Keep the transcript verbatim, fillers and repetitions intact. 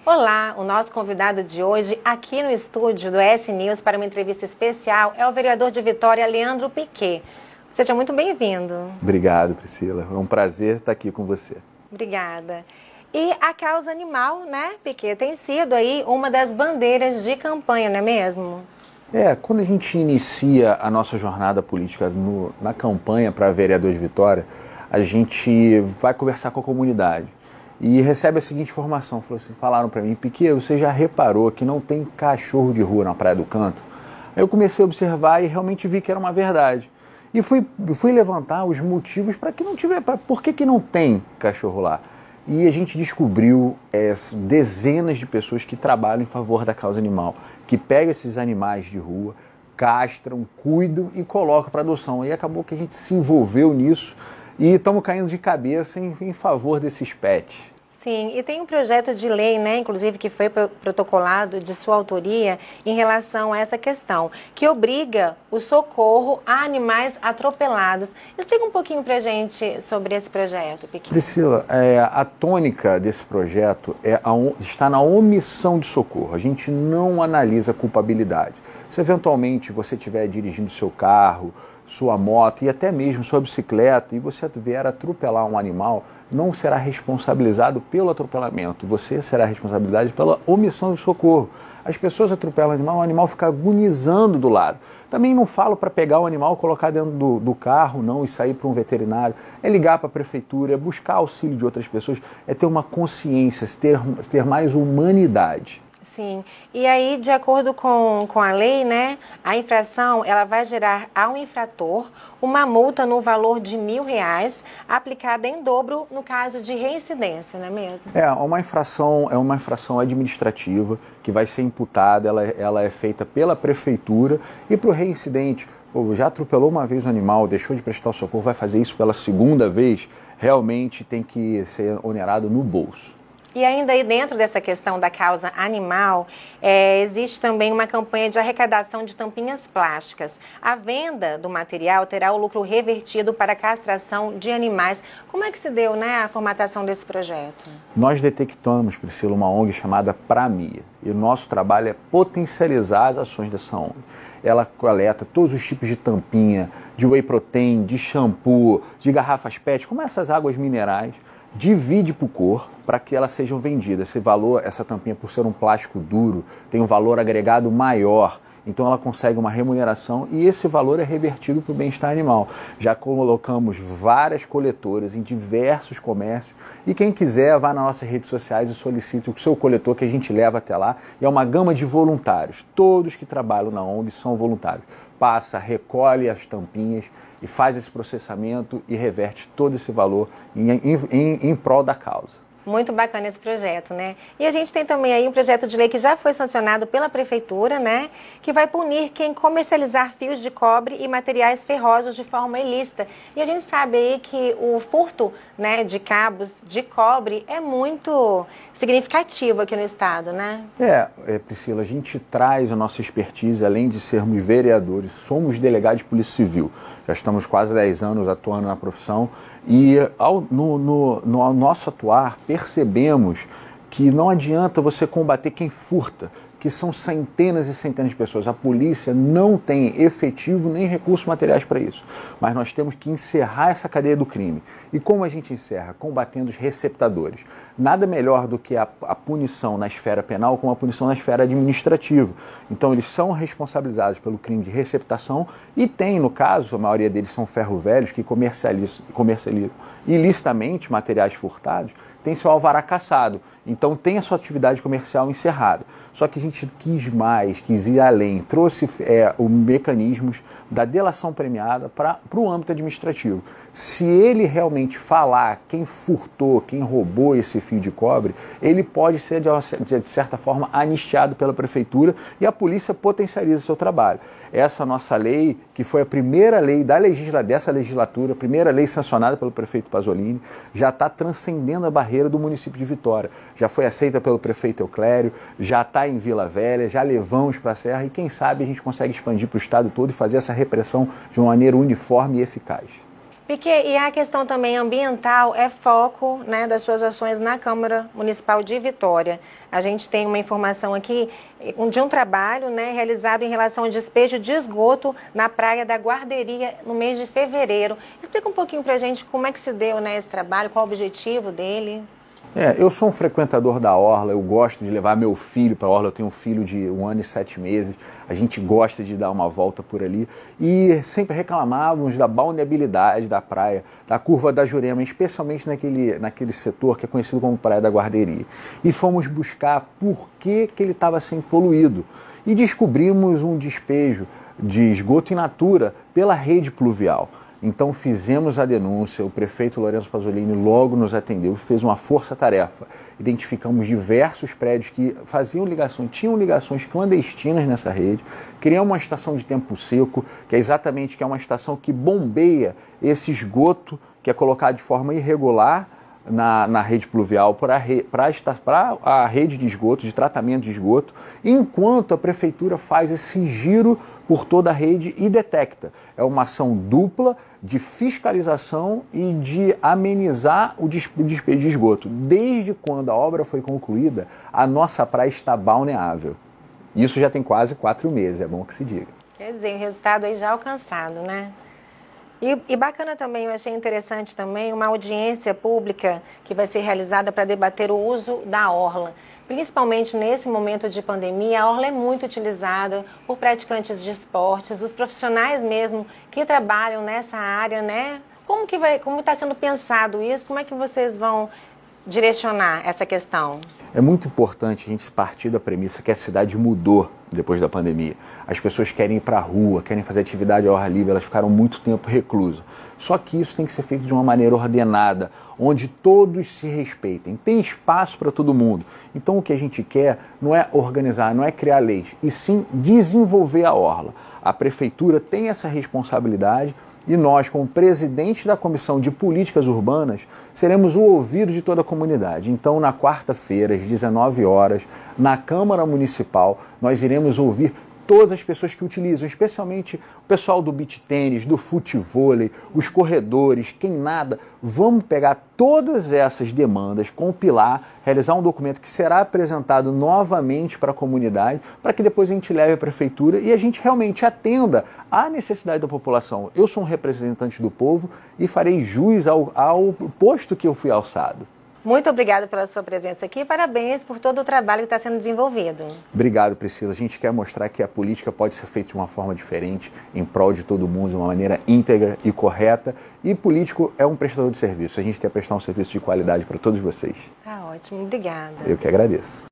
Olá, o nosso convidado de hoje aqui no estúdio do S News para uma entrevista especial é o vereador de Vitória, Leandro Piquet. Seja muito bem-vindo. Obrigado, Priscila. É um prazer estar aqui com você. Obrigada. E a causa animal, né, Piquet, tem sido aí uma das bandeiras de campanha, não é mesmo? É, quando a gente inicia a nossa jornada política no, na campanha para vereador de Vitória, a gente vai conversar com a comunidade e recebe a seguinte informação, falou assim, falaram para mim, Piquet, você já reparou que não tem cachorro de rua na Praia do Canto? Aí eu comecei a observar e realmente vi que era uma verdade. E fui, fui levantar os motivos para que não tiver, pra, por que, que não tem cachorro lá? E a gente descobriu é, dezenas de pessoas que trabalham em favor da causa animal, que pegam esses animais de rua, castram, cuidam e colocam para adoção. E acabou que a gente se envolveu nisso e estamos caindo de cabeça em, em favor desses pets. Sim, e tem um projeto de lei, né, inclusive que foi protocolado de sua autoria em relação a essa questão, que obriga o socorro a animais atropelados. Explica um pouquinho pra gente sobre esse projeto, Piquet. Priscila, é, a tônica desse projeto é a, está na omissão de socorro. A gente não analisa a culpabilidade. Se eventualmente você estiver dirigindo seu carro, sua moto e até mesmo sua bicicleta e você vier atropelar um animal, não será responsabilizado pelo atropelamento, você será responsabilizado pela omissão de socorro. As pessoas atropelam o animal, o animal fica agonizando do lado. Também não falo para pegar o animal, colocar dentro do, do carro, não, e sair para um veterinário. É ligar para a prefeitura, é buscar auxílio de outras pessoas, é ter uma consciência, ter, ter mais humanidade. Sim, e aí, de acordo com, com a lei, né, a infração ela vai gerar ao infrator uma multa no valor de mil reais, aplicada em dobro no caso de reincidência, não é mesmo? É, uma infração, é uma infração administrativa que vai ser imputada, ela, ela é feita pela prefeitura e para o reincidente, pô, já atropelou uma vez o animal, deixou de prestar o socorro, vai fazer isso pela segunda vez, realmente tem que ser onerado no bolso. E ainda aí dentro dessa questão da causa animal, é, existe também uma campanha de arrecadação de tampinhas plásticas. A venda do material terá o lucro revertido para a castração de animais. Como é que se deu, né, a formatação desse projeto? Nós detectamos, Priscila, uma O N G chamada Pramia. E o nosso trabalho é potencializar as ações dessa O N G. Ela coleta todos os tipos de tampinha, de whey protein, de shampoo, de garrafas P E T, como essas águas minerais, divide por cor para que elas sejam vendidas. Esse valor, essa tampinha, por ser um plástico duro, tem um valor agregado maior, então ela consegue uma remuneração e esse valor é revertido para o bem-estar animal. Já colocamos várias coletoras em diversos comércios e quem quiser vá nas nossas redes sociais e solicite o seu coletor que a gente leva até lá. E é uma gama de voluntários, todos que trabalham na O N G são voluntários. Passa, recolhe as tampinhas e faz esse processamento e reverte todo esse valor em, em, em, em prol da causa. Muito bacana esse projeto, né? E a gente tem também aí um projeto de lei que já foi sancionado pela prefeitura, né? Que vai punir quem comercializar fios de cobre e materiais ferrosos de forma ilícita. E a gente sabe aí que o furto, né, de cabos de cobre é muito significativo aqui no estado, né? É, é, Priscila, a gente traz a nossa expertise, além de sermos vereadores, somos delegados de Polícia Civil. Já estamos quase dez anos atuando na profissão e ao, no, no, no nosso atuar percebemos que não adianta você combater quem furta, que são centenas e centenas de pessoas. A polícia não tem efetivo nem recursos materiais para isso. Mas nós temos que encerrar essa cadeia do crime. E como a gente encerra? Combatendo os receptadores. Nada melhor do que a, a punição na esfera penal como a punição na esfera administrativa. Então eles são responsabilizados pelo crime de receptação e tem, no caso, a maioria deles são ferro-velhos que comercializam, comercializam ilicitamente materiais furtados, tem seu alvará cassado. Então tem a sua atividade comercial encerrada. Só que a gente quis mais, quis ir além, trouxe é, os mecanismos da delação premiada para o âmbito administrativo. Se ele realmente falar quem furtou, quem roubou esse fio de cobre, ele pode ser, de, de certa forma, anistiado pela prefeitura e a polícia potencializa seu trabalho. Essa nossa lei, que foi a primeira lei da legisla, dessa legislatura, a primeira lei sancionada pelo prefeito Pasolini, já está transcendendo a barreira do município de Vitória. Já foi aceita pelo prefeito Euclério, já está em Vila Velha, já levamos para a Serra e quem sabe a gente consegue expandir para o estado todo e fazer essa repressão de uma maneira uniforme e eficaz. Piquet, e a questão também ambiental é foco, né, das suas ações na Câmara Municipal de Vitória. A gente tem uma informação aqui de um trabalho, né, realizado em relação ao despejo de esgoto na Praia da Guarderia no mês de fevereiro. Explica um pouquinho pra gente como é que se deu, né, esse trabalho, qual o objetivo dele. É, eu sou um frequentador da Orla, eu gosto de levar meu filho para a Orla, eu tenho um filho de um ano e sete meses, a gente gosta de dar uma volta por ali e sempre reclamávamos da balneabilidade da praia, da curva da Jurema, especialmente naquele, naquele setor que é conhecido como Praia da Guarderia. E fomos buscar por que, que ele estava sendo poluído e descobrimos um despejo de esgoto in natura pela rede pluvial. Então fizemos a denúncia, o prefeito Lourenço Pasolini logo nos atendeu, fez uma força-tarefa. Identificamos diversos prédios que faziam ligações, tinham ligações clandestinas nessa rede, criamos uma estação de tempo seco, que é exatamente que é uma estação que bombeia esse esgoto que é colocado de forma irregular na, na rede pluvial para a, a rede de esgoto, de tratamento de esgoto, enquanto a prefeitura faz esse giro por toda a rede e detecta. É uma ação dupla de fiscalização e de amenizar o despejo de esgoto. Desde quando a obra foi concluída, a nossa praia está balneável. Isso já tem quase quatro meses, é bom que se diga. Quer dizer, o resultado aí já alcançado, né? E, e bacana também, eu achei interessante também, uma audiência pública que vai ser realizada para debater o uso da orla. Principalmente nesse momento de pandemia, a orla é muito utilizada por praticantes de esportes, os profissionais mesmo que trabalham nessa área, né? Como que vai, como está sendo pensado isso? Como é que vocês vão direcionar essa questão? É muito importante a gente partir da premissa que a cidade mudou depois da pandemia. As pessoas querem ir para a rua, querem fazer atividade ao ar livre, elas ficaram muito tempo reclusas. Só que isso tem que ser feito de uma maneira ordenada, onde todos se respeitem. Tem espaço para todo mundo. Então o que a gente quer não é organizar, não é criar leis, e sim desenvolver a orla. A prefeitura tem essa responsabilidade e nós, como presidente da Comissão de Políticas Urbanas, seremos o ouvido de toda a comunidade. Então, na quarta-feira, às dezenove horas, na Câmara Municipal, nós iremos ouvir todas as pessoas que utilizam, especialmente o pessoal do beach tênis, do futevôlei, os corredores, quem nada. Vamos pegar todas essas demandas, compilar, realizar um documento que será apresentado novamente para a comunidade, para que depois a gente leve à prefeitura e a gente realmente atenda à necessidade da população. Eu sou um representante do povo e farei jus ao, ao posto que eu fui alçado. Muito obrigada pela sua presença aqui e parabéns por todo o trabalho que está sendo desenvolvido. Obrigado, Priscila. A gente quer mostrar que a política pode ser feita de uma forma diferente, em prol de todo mundo, de uma maneira íntegra e correta. E político é um prestador de serviço. A gente quer prestar um serviço de qualidade para todos vocês. Tá ótimo. Obrigada. Eu que agradeço.